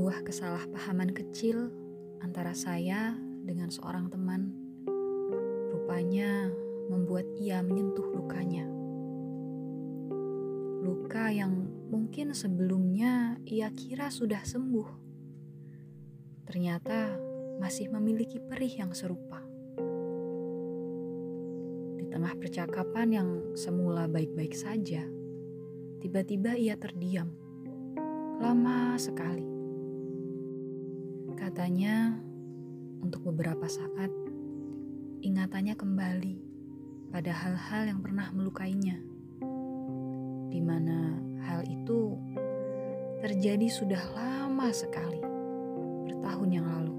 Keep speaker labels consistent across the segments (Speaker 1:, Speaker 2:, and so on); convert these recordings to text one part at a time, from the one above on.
Speaker 1: Sebuah kesalahpahaman kecil antara saya dengan seorang teman rupanya membuat ia menyentuh lukanya. Luka yang mungkin sebelumnya ia kira sudah sembuh, ternyata masih memiliki perih yang serupa. Di tengah percakapan yang semula baik-baik saja, tiba-tiba ia terdiam, lama sekali. Katanya, untuk beberapa saat, ingatannya kembali pada hal-hal yang pernah melukainya, di mana hal itu terjadi sudah lama sekali, bertahun yang lalu.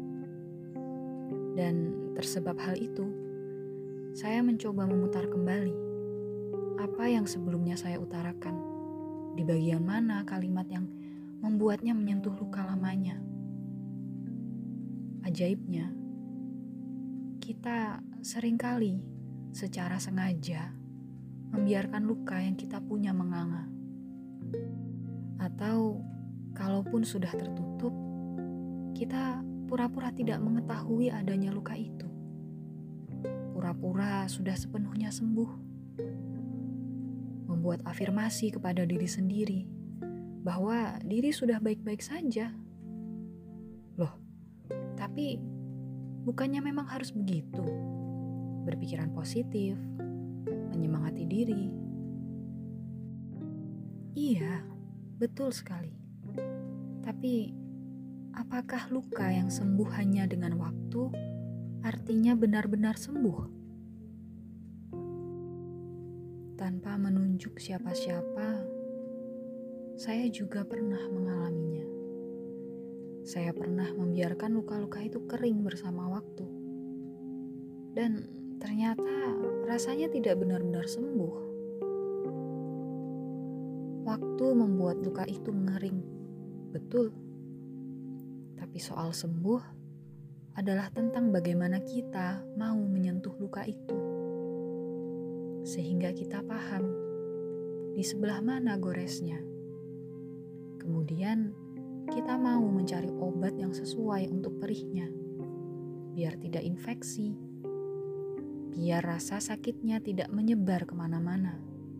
Speaker 1: Dan tersebab hal itu, saya mencoba memutar kembali apa yang sebelumnya saya utarakan, di bagian mana kalimat yang membuatnya menyentuh luka lamanya. Ajaibnya, kita seringkali secara sengaja membiarkan luka yang kita punya menganga. Atau kalaupun sudah tertutup, kita pura-pura tidak mengetahui adanya luka itu. Pura-pura sudah sepenuhnya sembuh. Membuat afirmasi kepada diri sendiri bahwa diri sudah baik-baik saja. Loh, tapi bukannya memang harus begitu? Berpikiran positif, menyemangati diri. Iya, betul sekali. Tapi apakah luka yang sembuh hanya dengan waktu artinya benar-benar sembuh? Tanpa menunjuk siapa-siapa, saya juga pernah mengalaminya. Saya pernah membiarkan luka-luka itu kering bersama waktu. Dan ternyata rasanya tidak benar-benar sembuh. Waktu membuat luka itu mengering, betul. Tapi soal sembuh adalah tentang bagaimana kita mau menyentuh luka itu. Sehingga kita paham di sebelah mana goresnya. Kemudian kita mau mencari obat yang sesuai untuk perihnya, biar tidak infeksi, biar rasa sakitnya tidak menyebar kemana-mana.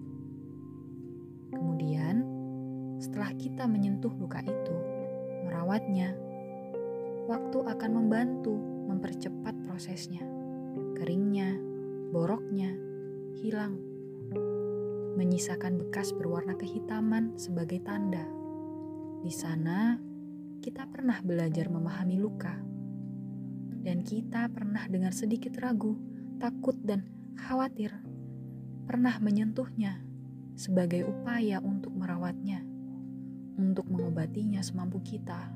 Speaker 1: Kemudian, setelah kita menyentuh luka itu, merawatnya, waktu akan membantu mempercepat prosesnya. Keringnya, boroknya, hilang. Menyisakan bekas berwarna kehitaman sebagai tanda. Di sana, kita pernah belajar memahami luka. Dan kita pernah dengan sedikit ragu, takut, dan khawatir pernah menyentuhnya sebagai upaya untuk merawatnya, untuk mengobatinya semampu kita.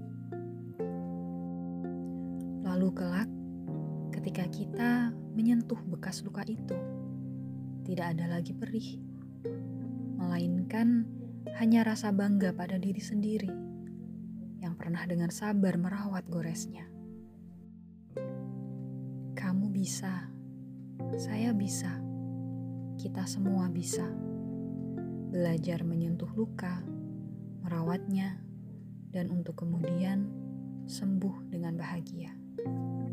Speaker 1: Lalu kelak, ketika kita menyentuh bekas luka itu, tidak ada lagi perih, melainkan hanya rasa bangga pada diri sendiri yang pernah dengan sabar merawat goresnya. Kamu bisa, saya bisa, kita semua bisa belajar menyentuh luka, merawatnya, dan untuk kemudian sembuh dengan bahagia.